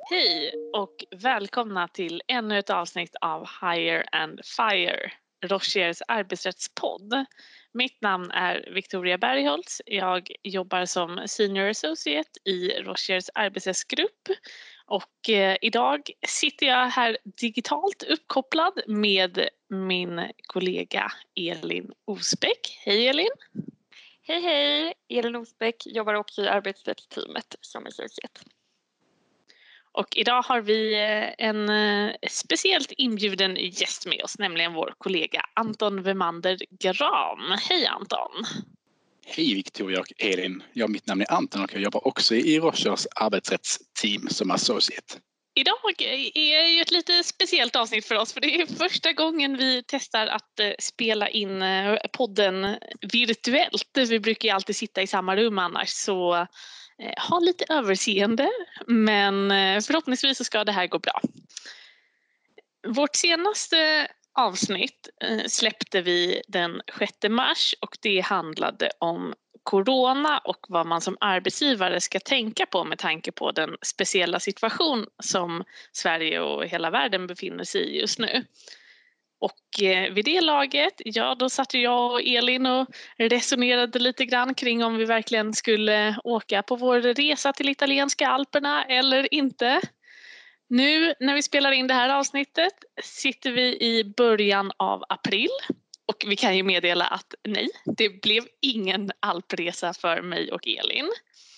Hej och välkomna till ännu ett avsnitt av Hire and Fire, Rochers arbetsrättspodd. Mitt namn är Victoria Bergholtz. Jag jobbar som Senior Associate i Rochers arbetsrättsgrupp. Och idag sitter jag här digitalt uppkopplad med min kollega Elin Osbeck. Hej Elin! Hej! Elin Osbeck jobbar också i arbetsrättsteamet som associate. Och idag har vi en speciellt inbjuden gäst med oss, nämligen vår kollega Anton Wemander Gram. Hej Anton! Hej Victoria och Elin. Mitt namn är Anton och jag jobbar också i Rochers arbetsrättsteam som associate. Idag är ju ett lite speciellt avsnitt för oss, för det är första gången vi testar att spela in podden virtuellt. Vi brukar ju alltid sitta i samma rum annars, så ha lite överseende, men förhoppningsvis så ska det här gå bra. Vårt senaste avsnitt släppte vi den 6 mars och det handlade om corona och vad man som arbetsgivare ska tänka på med tanke på den speciella situation som Sverige och hela världen befinner sig i just nu. Och vid det laget, då satt jag och Elin och resonerade lite grann kring om vi verkligen skulle åka på vår resa till italienska Alperna eller inte. Nu när vi spelar in det här avsnittet sitter vi i början av april och vi kan ju meddela att nej, det blev ingen alpresa för mig och Elin.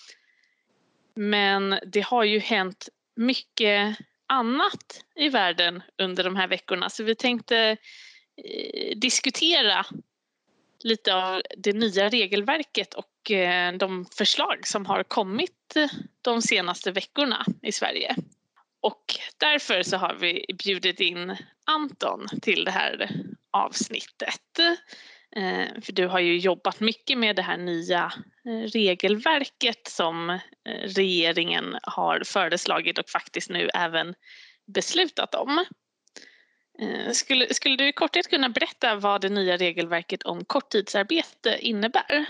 Men det har ju hänt mycket annat i världen under de här veckorna, så vi tänkte diskutera lite av det nya regelverket och de förslag som har kommit de senaste veckorna i Sverige. Och därför så har vi bjudit in Anton till det här avsnittet. För du har ju jobbat mycket med det här nya regelverket som regeringen har föreslagit och faktiskt nu även beslutat om. Skulle du i korthet kunna berätta vad det nya regelverket om korttidsarbete innebär?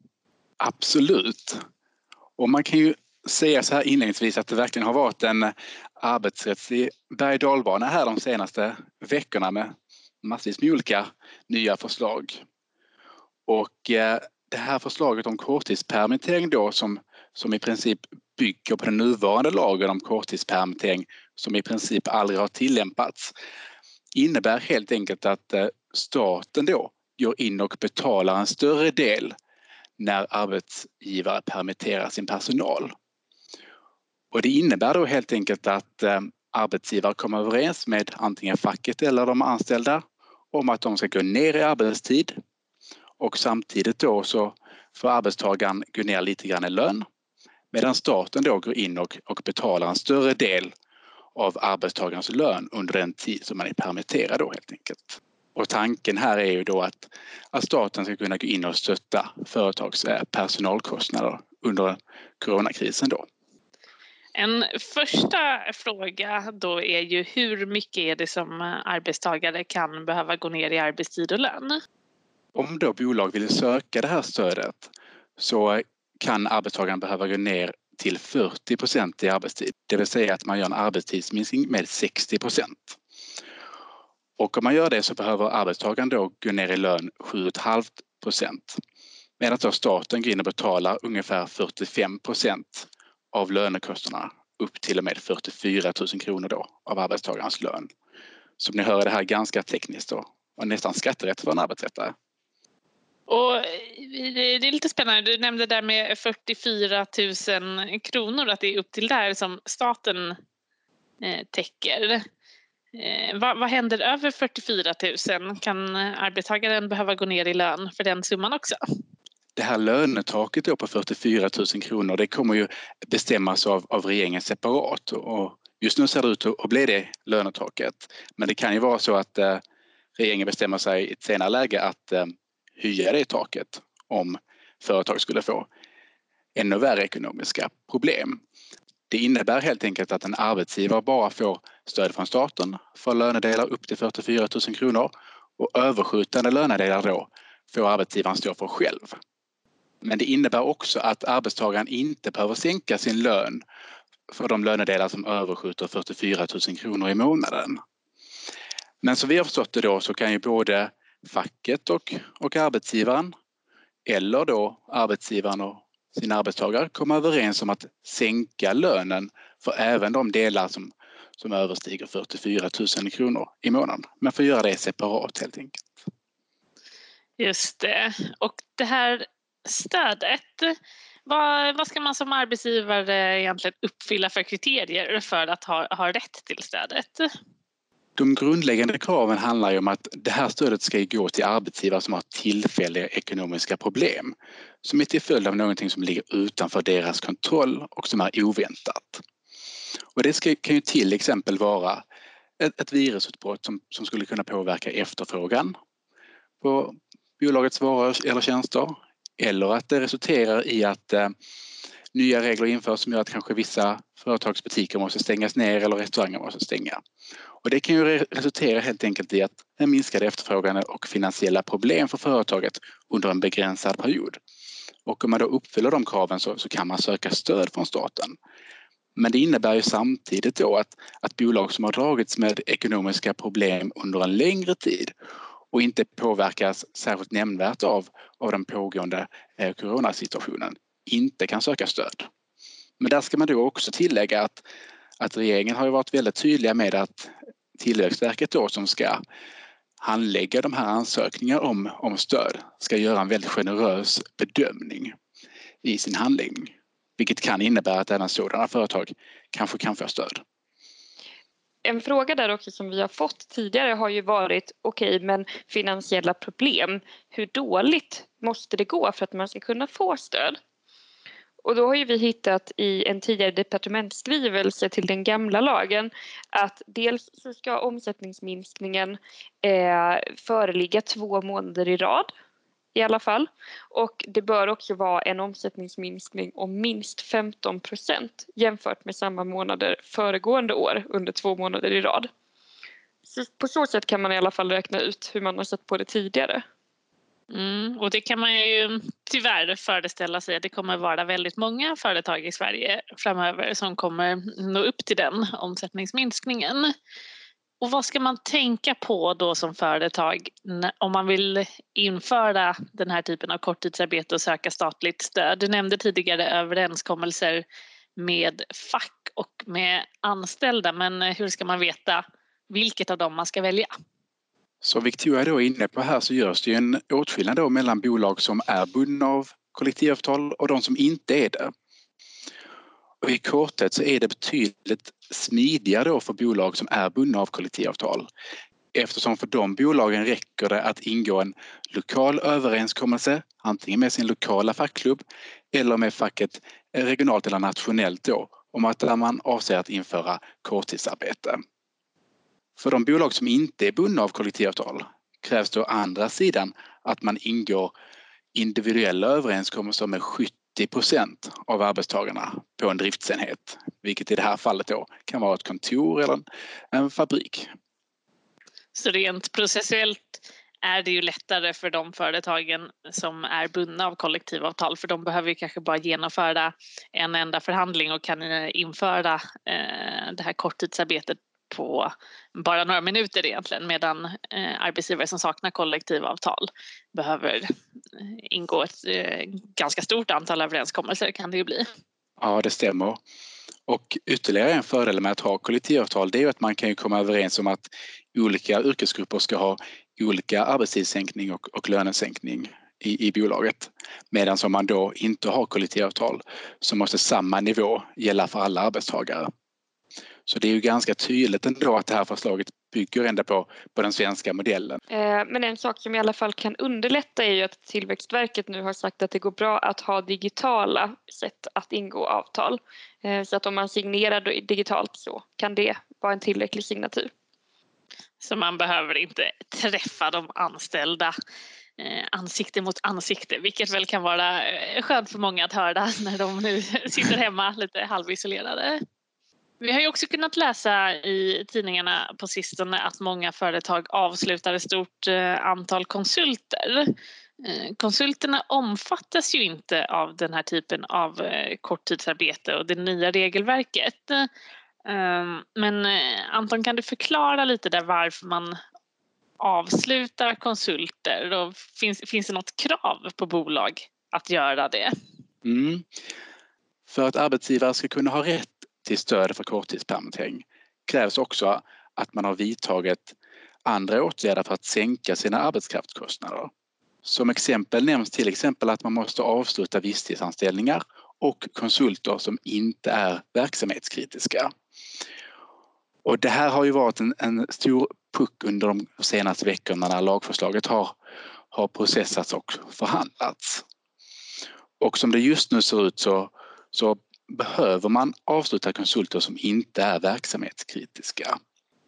Absolut. Och man kan ju säga så här inledningsvis att det verkligen har varit en arbetsrättslig berg- och dalbana här de senaste veckorna med massvis med olika nya förslag. Och det här förslaget om korttidspermittering då som i princip bygger på den nuvarande lagen om korttidspermittering som i princip aldrig har tillämpats innebär helt enkelt att staten då går in och betalar en större del när arbetsgivare permitterar sin personal. Och det innebär då helt enkelt att arbetsgivare kommer överens med antingen facket eller de anställda om att de ska gå ner i arbetstid och samtidigt då så får arbetstagaren gå ner lite grann i lön medan staten då går in och betalar en större del av arbetstagarens lön under den tid som man är permitterad då helt enkelt. Och tanken här är ju då att staten ska kunna gå in och stötta företags personalkostnader under coronakrisen då. En första fråga då är ju hur mycket är det som arbetstagare kan behöva gå ner i arbetstid och lön? Om då bolag vill söka det här stödet så kan arbetstagaren behöva gå ner till 40% i arbetstid. Det vill säga att man gör en arbetstidsminskning med 60%. Och om man gör det så behöver arbetstagaren då gå ner i lön 7,5%. Medan då staten går in och betalar ungefär 45% av lönekostnaderna upp till och med 44 000 kronor då av arbetstagarens lön. Som ni hör är det här ganska tekniskt då och nästan skatterätt för en arbetsrättare. Och det är lite spännande, du nämnde där med 44 000 kronor att det är upp till där som staten täcker. Vad händer över 44 000? Kan arbetstagaren behöva gå ner i lön för den summan också? Det här lönetaket då på 44 000 kronor det kommer ju bestämmas av regeringen separat och just nu ser det ut att bli det lönetaket. Men det kan ju vara så att regeringen bestämmer sig i ett senare läge att höja det taket om företag skulle få ännu värre ekonomiska problem. Det innebär helt enkelt att en arbetsgivare bara får stöd från staten för lönedelar upp till 44 000 kronor och överskjutande lönedelar då får arbetsgivaren stå för själv. Men det innebär också att arbetstagaren inte behöver sänka sin lön för de lönedelar som överskjuter 44 000 kronor i månaden. Men som vi har förstått det då så kan ju både facket och arbetsgivaren eller då arbetsgivaren och sina arbetstagare komma överens om att sänka lönen för även de delar som överstiger 44 000 kronor i månaden. Men får göra det separat helt enkelt. Just det. Och det här stödet, vad ska man som arbetsgivare egentligen uppfylla för kriterier för att ha rätt till stödet? De grundläggande kraven handlar ju om att det här stödet ska gå till arbetsgivare som har tillfälliga ekonomiska problem som är till följd av någonting som ligger utanför deras kontroll och som är oväntat. Och det kan ju till exempel vara ett virusutbrott som skulle kunna påverka efterfrågan på bolagets varor eller tjänster, eller att det resulterar i att nya regler införs som gör att kanske vissa företagsbutiker måste stängas ner eller restauranger måste stänga. Och det kan ju resultera helt enkelt i att en minskad efterfrågan och finansiella problem för företaget under en begränsad period. Och om man då uppfyller de kraven så kan man söka stöd från staten. Men det innebär ju samtidigt då att bolag som har dragits med ekonomiska problem under en längre tid och inte påverkas särskilt nämnvärt av den pågående coronasituationen inte kan söka stöd. Men där ska man då också tillägga att regeringen har ju varit väldigt tydliga med att Tillväxtverket då som ska handlägga de här ansökningar om stöd ska göra en väldigt generös bedömning i sin handläggning. Vilket kan innebära att även sådana företag kanske kan få stöd. En fråga där också som vi har fått tidigare har ju varit men finansiella problem. Hur dåligt måste det gå för att man ska kunna få stöd? Och då har ju vi hittat i en tidigare departementsskrivelse till den gamla lagen att dels så ska omsättningsminskningen föreligga 2 månader i rad i alla fall. Och det bör också vara en omsättningsminskning om minst 15% jämfört med samma månader föregående år under 2 månader i rad. Så på så sätt kan man i alla fall räkna ut hur man har sett på det tidigare. Och det kan man ju tyvärr föreställa sig att det kommer vara väldigt många företag i Sverige framöver som kommer nå upp till den omsättningsminskningen. Och vad ska man tänka på då som företag om man vill införa den här typen av korttidsarbete och söka statligt stöd? Du nämnde tidigare överenskommelser med fack och med anställda, men hur ska man veta vilket av dem man ska välja? Så Victoria då är inne på här så görs det ju en åtskillnad då mellan bolag som är bundna av kollektivavtal och de som inte är det. Och i korthet så är det betydligt smidigare då för bolag som är bundna av kollektivavtal. Eftersom för de bolagen räcker det att ingå en lokal överenskommelse, antingen med sin lokala fackklubb eller med facket regionalt eller nationellt då, om att man avser att införa korttidsarbete. För de bolag som inte är bundna av kollektivavtal krävs det å andra sidan att man ingår individuella överenskommelser med 70% av arbetstagarna på en driftsenhet. Vilket i det här fallet då kan vara ett kontor eller en fabrik. Så rent processuellt är det ju lättare för de företagen som är bundna av kollektivavtal, för de behöver ju kanske bara genomföra en enda förhandling och kan införa det här korttidsarbetet på bara några minuter egentligen, medan arbetsgivare som saknar kollektivavtal behöver ingå ett ganska stort antal överenskommelser kan det ju bli. Ja, det stämmer. Och ytterligare en fördel med att ha kollektivavtal det är ju att man kan ju komma överens om att olika yrkesgrupper ska ha olika arbetstidssänkning och lönesänkning i bolaget. Medan som man då inte har kollektivavtal så måste samma nivå gälla för alla arbetstagare. Så det är ju ganska tydligt ändå att det här förslaget bygger ändå på den svenska modellen. Men en sak som i alla fall kan underlätta är ju att Tillväxtverket nu har sagt att det går bra att ha digitala sätt att ingå avtal. Så att om man signerar digitalt så kan det vara en tillräcklig signatur. Så man behöver inte träffa de anställda ansikte mot ansikte, vilket väl kan vara skönt för många att höra när de nu sitter hemma lite halvisolerade. Vi har ju också kunnat läsa i tidningarna på sistone att många företag avslutar ett stort antal konsulter. konsulterna omfattas ju inte av den här typen av korttidsarbete och det nya regelverket. Men Anton, kan du förklara lite där varför man avslutar konsulter? Och finns det något krav på bolag att göra det? För att arbetsgivare ska kunna ha rätt till stöd för korttidspermittering krävs också att man har vidtagit andra åtgärder för att sänka sina arbetskraftskostnader. Som exempel nämns till exempel att man måste avsluta visstidsanställningar och konsulter som inte är verksamhetskritiska. Och det här har ju varit en stor puck under de senaste veckorna när lagförslaget har processats och förhandlats. Och som det just nu ser ut så behöver man avsluta konsulter som inte är verksamhetskritiska.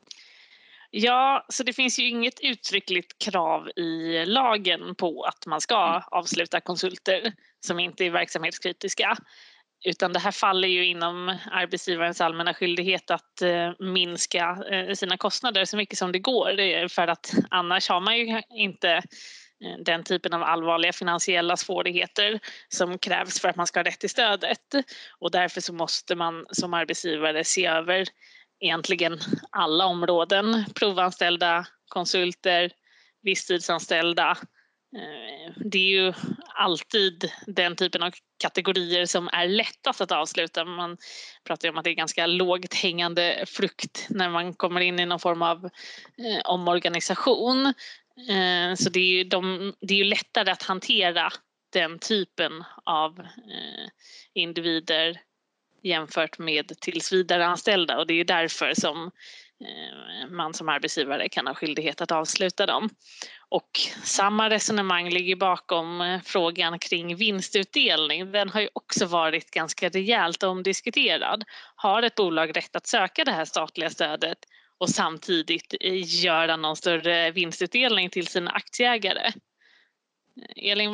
Ja, så det finns ju inget uttryckligt krav i lagen på att man ska avsluta konsulter som inte är verksamhetskritiska. Utan det här faller ju inom arbetsgivarens allmänna skyldighet att minska sina kostnader så mycket som det går. För att annars har man ju inte den typen av allvarliga finansiella svårigheter som krävs för att man ska ha rätt till stödet. Och därför så måste man som arbetsgivare se över egentligen alla områden. Provanställda, konsulter, visstidsanställda. Det är ju alltid den typen av kategorier som är lättast att avsluta. Man pratar ju om att det är ganska lågt hängande frukt när man kommer in i någon form av omorganisation. Så det är ju lättare att hantera den typen av individer jämfört med tillsvidareanställda, och det är ju därför som man som arbetsgivare kan ha skyldighet att avsluta dem. Och samma resonemang ligger bakom frågan kring vinstutdelning. Den har ju också varit ganska rejält omdiskuterad. Har ett bolag rätt att söka det här statliga stödet och samtidigt göra någon större vinstutdelning till sina aktieägare? Elin,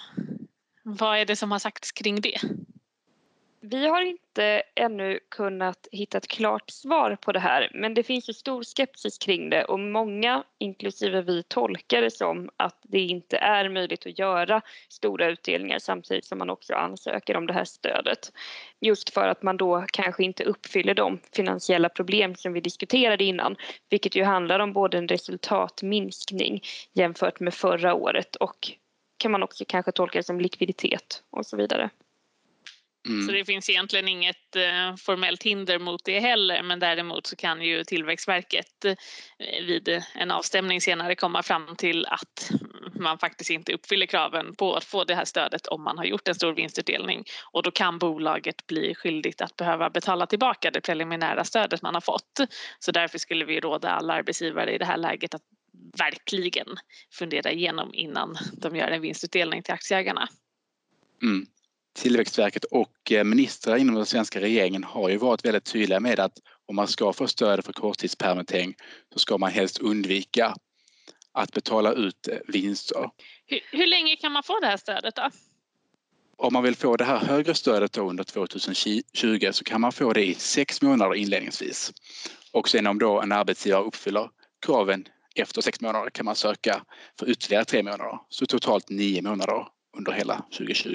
vad är det som har sagts kring det? Vi har inte ännu kunnat hitta ett klart svar på det här, men det finns ju stor skepsis kring det och många, inklusive vi, tolkar det som att det inte är möjligt att göra stora utdelningar samtidigt som man också ansöker om det här stödet. Just för att man då kanske inte uppfyller de finansiella problem som vi diskuterade innan, vilket ju handlar om både en resultatminskning jämfört med förra året och kan man också kanske tolka det som likviditet och så vidare. Så det finns egentligen inget formellt hinder mot det heller, men däremot så kan ju Tillväxtverket vid en avstämning senare komma fram till att man faktiskt inte uppfyller kraven på att få det här stödet om man har gjort en stor vinstutdelning, och då kan bolaget bli skyldigt att behöva betala tillbaka det preliminära stödet man har fått. Så därför skulle vi råda alla arbetsgivare i det här läget att verkligen fundera igenom innan de gör en vinstutdelning till aktieägarna. Tillväxtverket och ministrar inom den svenska regeringen har ju varit väldigt tydliga med att om man ska få stöd för korttidspermittering så ska man helst undvika att betala ut vinster. Hur länge kan man få det här stödet då? Om man vill få det här högre stödet då under 2020 så kan man få det i 6 månader inledningsvis. Och sen om då en arbetsgivare uppfyller kraven efter 6 månader kan man söka för ytterligare 3 månader. Så totalt 9 månader under hela 2020.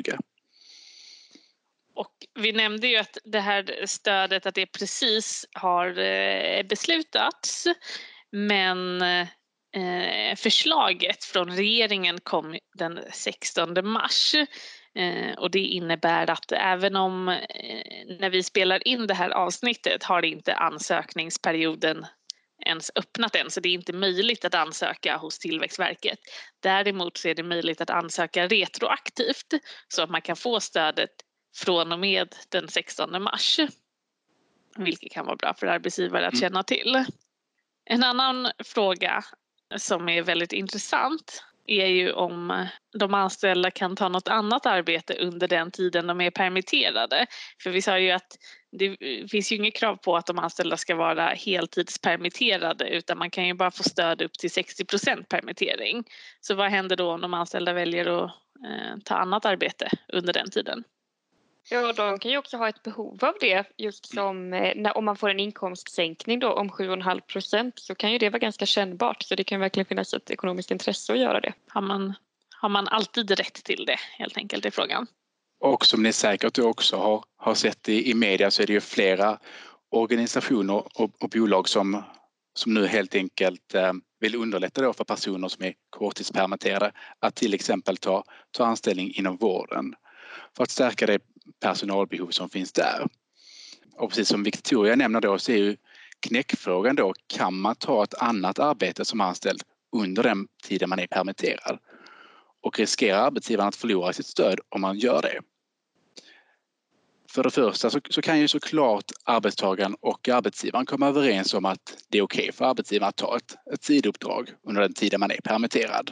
Och vi nämnde ju att det här stödet att det precis har beslutats, men förslaget från regeringen kom den 16 mars och det innebär att även om när vi spelar in det här avsnittet har inte ansökningsperioden ens öppnat än, så det är inte möjligt att ansöka hos Tillväxtverket. Däremot så är det möjligt att ansöka retroaktivt så att man kan få stödet från och med den 16 mars, vilket kan vara bra för arbetsgivare att känna till. En annan fråga som är väldigt intressant är ju om de anställda kan ta något annat arbete under den tiden de är permitterade. För vi sa ju att det finns ju inget krav på att de anställda ska vara heltidspermitterade, utan man kan ju bara få stöd upp till 60% permittering. Så vad händer då om de anställda väljer att ta annat arbete under den tiden? Ja, de kan ju också ha ett behov av det, just som om man får en inkomstsänkning då om 7,5% så kan ju det vara ganska kännbart, så det kan verkligen finnas ett ekonomiskt intresse att göra det. Har Har man alltid rätt till det, helt enkelt, i frågan? Och som ni säkert också har sett i media, så är det ju flera organisationer och bolag som nu helt enkelt vill underlätta då för personer som är korttidspermitterade att till exempel ta anställning inom vården för att stärka det personalbehov som finns där. Och precis som Victoria nämner då, så är ju knäckfrågan då: kan man ta ett annat arbete som anställd under den tiden man är permitterad? Och riskerar arbetsgivaren att förlora sitt stöd om man gör det? För det första så kan ju såklart arbetstagaren och arbetsgivaren komma överens om att det är okej för arbetsgivaren att ta ett sidouppdrag under den tiden man är permitterad.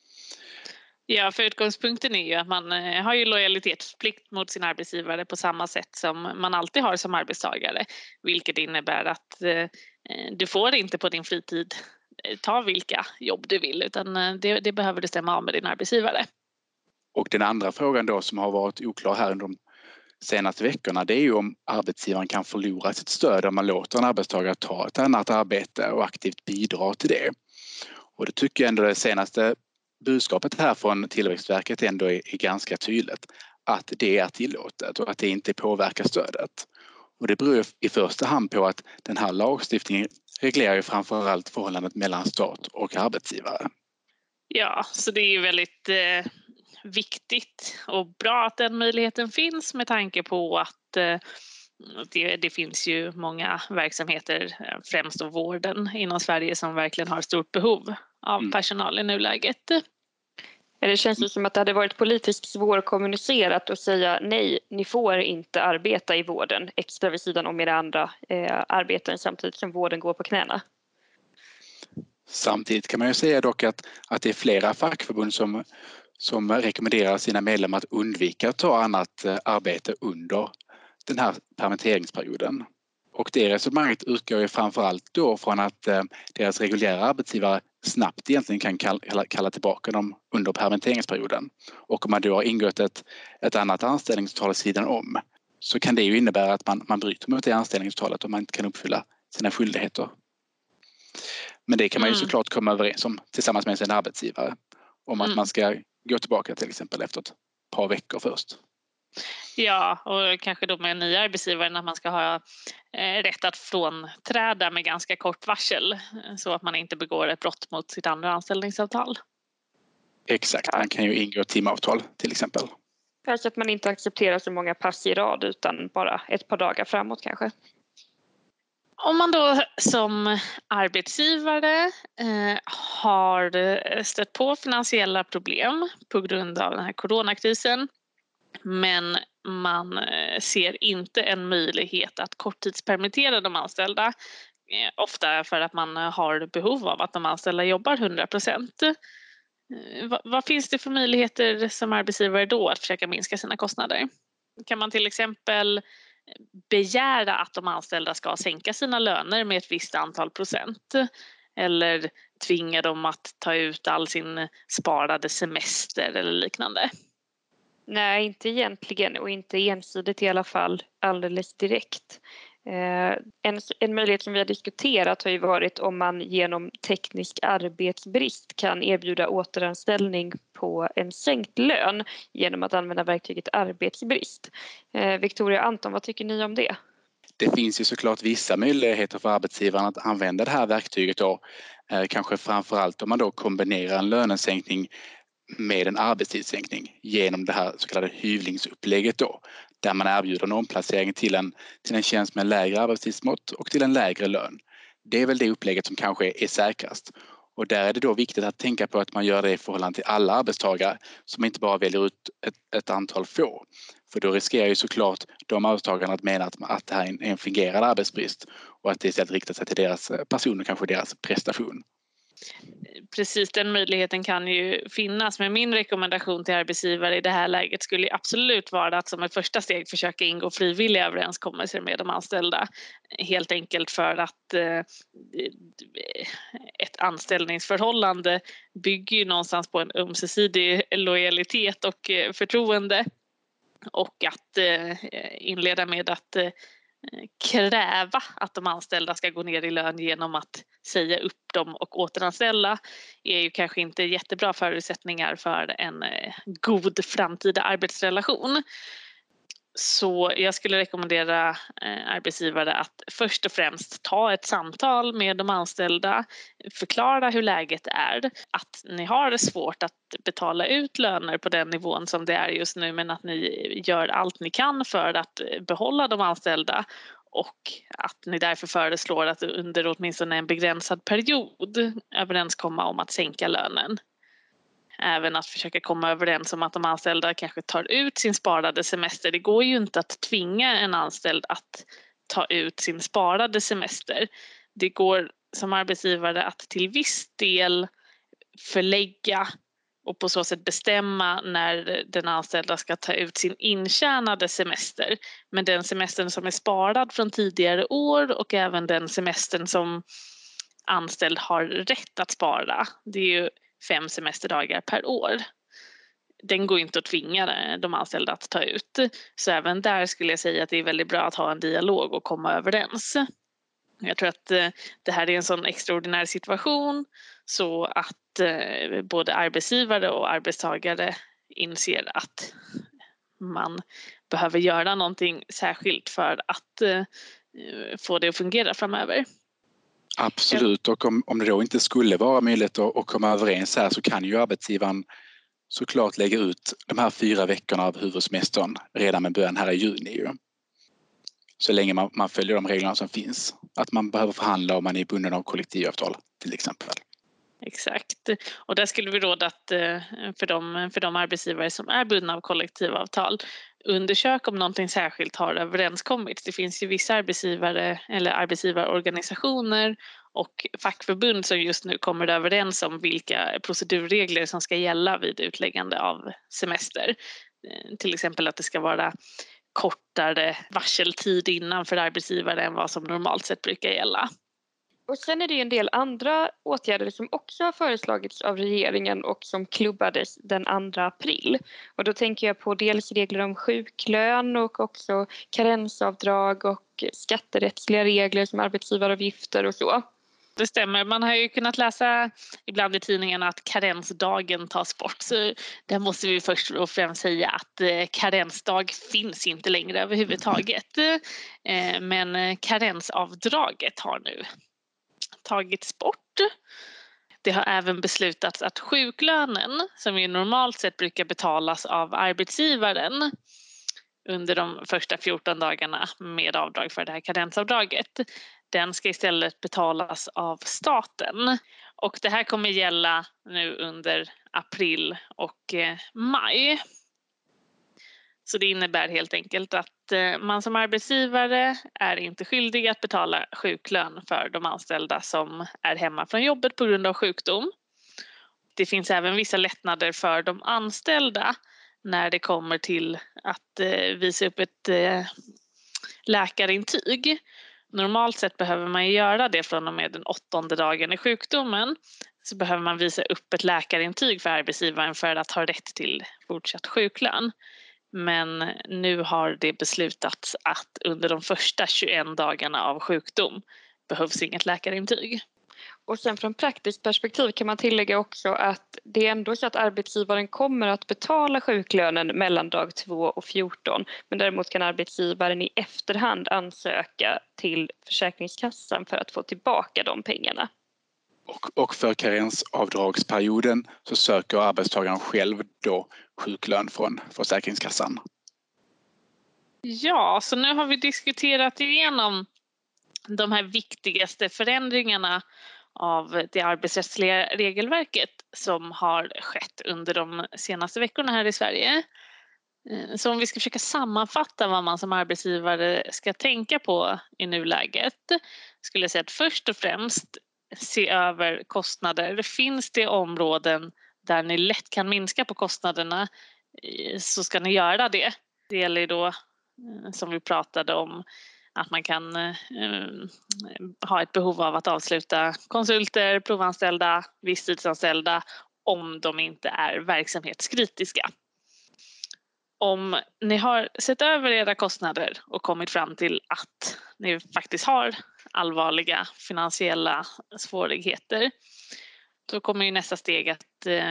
Ja, för utgångspunkten är ju att man har ju lojalitetsplikt mot sin arbetsgivare på samma sätt som man alltid har som arbetstagare. Vilket innebär att du får inte på din fritid ta vilka jobb du vill, utan det behöver du stämma av med din arbetsgivare. Och den andra frågan då som har varit oklar här under de senaste veckorna, det är ju om arbetsgivaren kan förlora sitt stöd om man låter en arbetstagare ta ett annat arbete och aktivt bidra till det. Och det tycker jag ändå det senaste budskapet här från Tillväxtverket ändå är ganska tydligt, att det är tillåtet och att det inte påverkar stödet. Och det beror i första hand på att den här lagstiftningen reglerar ju framförallt förhållandet mellan stat och arbetsgivare. Ja, så det är ju väldigt viktigt och bra att den möjligheten finns, med tanke på att det finns ju många verksamheter, främst då vården inom Sverige, som verkligen har stort behov av personal i nuläget. Det känns ju som att det hade varit politiskt svårkommunicerat att säga nej, ni får inte arbeta i vården extra vid sidan om era andra arbeten samtidigt som vården går på knäna. Samtidigt kan man ju säga dock att det är flera fackförbund som rekommenderar sina medlemmar att undvika att ta annat arbete under den här permitteringsperioden. Och det resonemanget utgår ju framförallt då från att deras reguljära arbetsgivare snabbt egentligen kan kalla tillbaka dem under permitteringsperioden. Och om man då har ingått ett annat anställningsavtal i sidan om, så kan det ju innebära att man bryter mot det anställningsavtalet och man inte kan uppfylla sina skyldigheter. Men det kan man ju såklart komma överens om tillsammans med sin arbetsgivare, om att man ska gå tillbaka till exempel efter ett par veckor först. Ja, och kanske då med en ny arbetsgivare, när man ska ha rätt att frånträda med ganska kort varsel, så att man inte begår ett brott mot sitt andra anställningsavtal. Exakt, man kan ju ingå timavtal till exempel. Kanske att man inte accepterar så många pass i rad utan bara ett par dagar framåt kanske. Om man då som arbetsgivare har stött på finansiella problem på grund av den här coronakrisen, men man ser inte en möjlighet att korttidspermittera de anställda, ofta för att man har behov av att de anställda jobbar 100%. Vad finns det för möjligheter som arbetsgivare då att försöka minska sina kostnader? Kan man till exempel begära att de anställda ska sänka sina löner med ett visst antal procent? Eller tvinga dem att ta ut all sin sparade semester eller liknande? Nej, inte egentligen, och inte ensidigt i alla fall alldeles direkt. En möjlighet som vi har diskuterat har ju varit om man genom teknisk arbetsbrist kan erbjuda återanställning på en sänkt lön genom att använda verktyget arbetsbrist. Victoria och Anton, vad tycker ni om det? Det finns ju såklart vissa möjligheter för arbetsgivaren att använda det här verktyget då. Kanske framförallt om man då kombinerar en lönesänkning med en arbetstidssänkning genom det här så kallade hyvlingsupplägget då, där man erbjuder en omplacering till en tjänst med lägre arbetstidsmått och till en lägre lön. Det är väl det upplägget som kanske är säkrast. Och där är det då viktigt att tänka på att man gör det i förhållande till alla arbetstagare, som inte bara väljer ut ett antal få. För då riskerar ju såklart de arbetstagarna att mena att det här är en fungerande arbetsbrist och att det istället riktar sig till deras person och kanske deras prestation. Precis, den möjligheten kan ju finnas, men min rekommendation till arbetsgivare i det här läget skulle absolut vara att som ett första steg försöka ingå frivilliga överenskommelser med de anställda. Helt enkelt för att ett anställningsförhållande bygger ju någonstans på en ömsesidig lojalitet och förtroende. Och att inleda med att kräva att de anställda ska gå ner i lön genom att säga upp dem och återanställa är ju kanske inte jättebra förutsättningar för en god framtida arbetsrelation. Så jag skulle rekommendera arbetsgivare att först och främst ta ett samtal med de anställda, förklara hur läget är, att ni har det svårt att betala ut löner på den nivån som det är just nu, men att ni gör allt ni kan för att behålla de anställda och att ni därför föreslår att under åtminstone en begränsad period överenskomma om att sänka lönen. Även att försöka komma överens om att de anställda kanske tar ut sin sparade semester. Det går ju inte att tvinga en anställd att ta ut sin sparade semester. Det går som arbetsgivare att till viss del förlägga och på så sätt bestämma när den anställda ska ta ut sin intjänade semester. Men den semestern som är sparad från tidigare år och även den semestern som anställd har rätt att spara, det är ju 5 semesterdagar per år. Den går inte att tvinga de anställda att ta ut. Så även där skulle jag säga att det är väldigt bra att ha en dialog och komma överens. Jag tror att det här är en sån extraordinär situation så att både arbetsgivare och arbetstagare inser att man behöver göra någonting särskilt för att få det att fungera framöver. Absolut, och om det då inte skulle vara möjligt att komma överens här så kan ju arbetsgivaren såklart lägga ut de här 4 veckorna av huvudsemestern redan med början här i juni. Så länge man följer de reglerna som finns. Att man behöver förhandla om man är bunden av kollektivavtal till exempel. Exakt. Och där skulle vi råda att för de arbetsgivare som är bundna av kollektivavtal undersök om någonting särskilt har överenskommits. Det finns ju vissa arbetsgivare eller arbetsgivarorganisationer och fackförbund som just nu kommer överens om vilka procedurregler som ska gälla vid utläggande av semester. Till exempel att det ska vara kortare varseltid innan för arbetsgivare än vad som normalt sett brukar gälla. Och sen är det en del andra åtgärder som också har föreslagits av regeringen och som klubbades den 2 april. Och då tänker jag på dels regler om sjuklön och också karensavdrag och skatterättsliga regler som arbetsgivaravgifter och så. Det stämmer. Man har ju kunnat läsa ibland i tidningarna att karensdagen tas bort. Så där måste vi först och främst säga att karensdag finns inte längre överhuvudtaget. Men karensavdraget har nu tagits bort. Det har även beslutats att sjuklönen, som ju normalt sett brukar betalas av arbetsgivaren under de första 14 dagarna med avdrag för det här karensavdraget, den ska istället betalas av staten. Och det här kommer gälla nu under april och maj. Så det innebär helt enkelt att man som arbetsgivare är inte skyldig att betala sjuklön för de anställda som är hemma från jobbet på grund av sjukdom. Det finns även vissa lättnader för de anställda när det kommer till att visa upp ett läkarintyg. Normalt sett behöver man göra det från och med den 8:e dagen i sjukdomen. Så behöver man visa upp ett läkarintyg för arbetsgivaren för att ha rätt till fortsatt sjuklön. Men nu har det beslutats att under de första 21 dagarna av sjukdom behövs inget läkarintyg. Och sen från praktiskt perspektiv kan man tillägga också att det är ändå så att arbetsgivaren kommer att betala sjuklönen mellan dag 2 och 14. Men däremot kan arbetsgivaren i efterhand ansöka till Försäkringskassan för att få tillbaka de pengarna. Och för karensavdragsperioden så söker arbetstagaren själv då sjuklön från Försäkringskassan. Ja, så nu har vi diskuterat igenom de här viktigaste förändringarna av det arbetsrättsliga regelverket som har skett under de senaste veckorna här i Sverige. Så om vi ska försöka sammanfatta vad man som arbetsgivare ska tänka på i nuläget skulle jag säga att först och främst se över kostnader. Finns det områden där ni lätt kan minska på kostnaderna så ska ni göra det. Det gäller då som vi pratade om att man kan ha ett behov av att avsluta konsulter, provanställda, visstidsanställda om de inte är verksamhetskritiska. om ni har sett över era kostnader och kommit fram till att ni faktiskt har allvarliga finansiella svårigheter, då kommer ju nästa steg att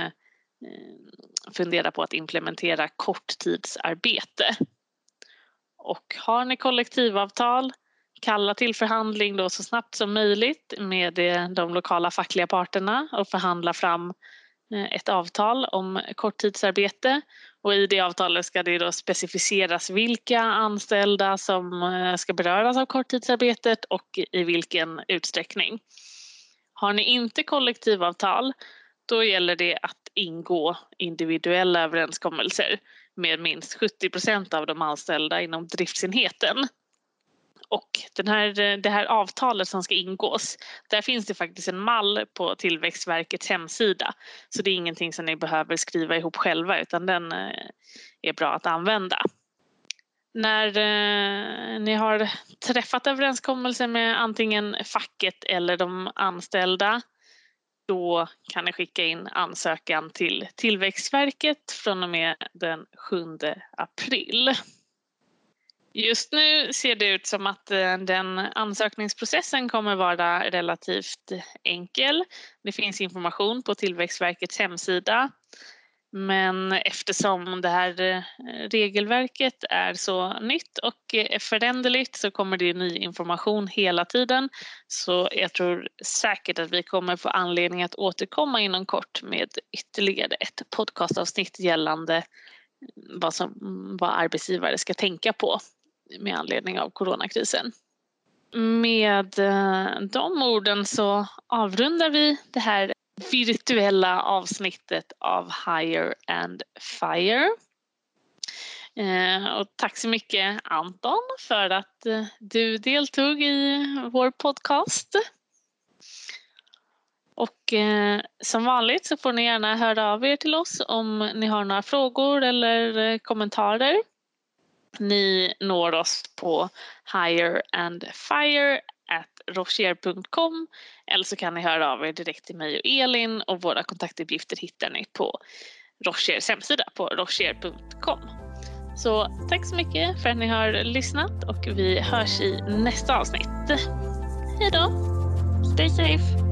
fundera på att implementera korttidsarbete. Och har ni kollektivavtal, kalla till förhandling då så snabbt som möjligt med de lokala fackliga parterna och förhandla fram ett avtal om korttidsarbete. Och i det avtalet ska det då specificeras vilka anställda som ska beröras av korttidsarbetet och i vilken utsträckning. Har ni inte kollektivavtal, då gäller det att ingå individuella överenskommelser med minst 70% av de anställda inom driftsenheten. Och det här avtalet som ska ingås, där finns det faktiskt en mall på Tillväxtverkets hemsida. Så det är ingenting som ni behöver skriva ihop själva, utan den är bra att använda. När ni har träffat överenskommelser med antingen facket eller de anställda, då kan ni skicka in ansökan till Tillväxtverket från och med den 7 april. Just nu ser det ut som att den ansökningsprocessen kommer vara relativt enkel. Det finns information på Tillväxtverkets hemsida. Men eftersom det här regelverket är så nytt och föränderligt så kommer det ny information hela tiden. Så jag tror säkert att vi kommer få anledning att återkomma inom kort med ytterligare ett podcastavsnitt gällande vad arbetsgivare ska tänka på med anledning av coronakrisen. Med de orden så avrundar vi det här virtuella avsnittet av Hire and Fire. Och tack så mycket Anton för att du deltog i vår podcast. Och som vanligt så får ni gärna höra av er till oss om ni har några frågor eller kommentarer. Ni når oss på hireandfire@rochier.com eller så kan ni höra av er direkt till mig och Elin, och våra kontaktuppgifter hittar ni på Rochiers hemsida på rochier.com. Så tack så mycket för att ni har lyssnat och vi hörs i nästa avsnitt. Hej då! Stay safe!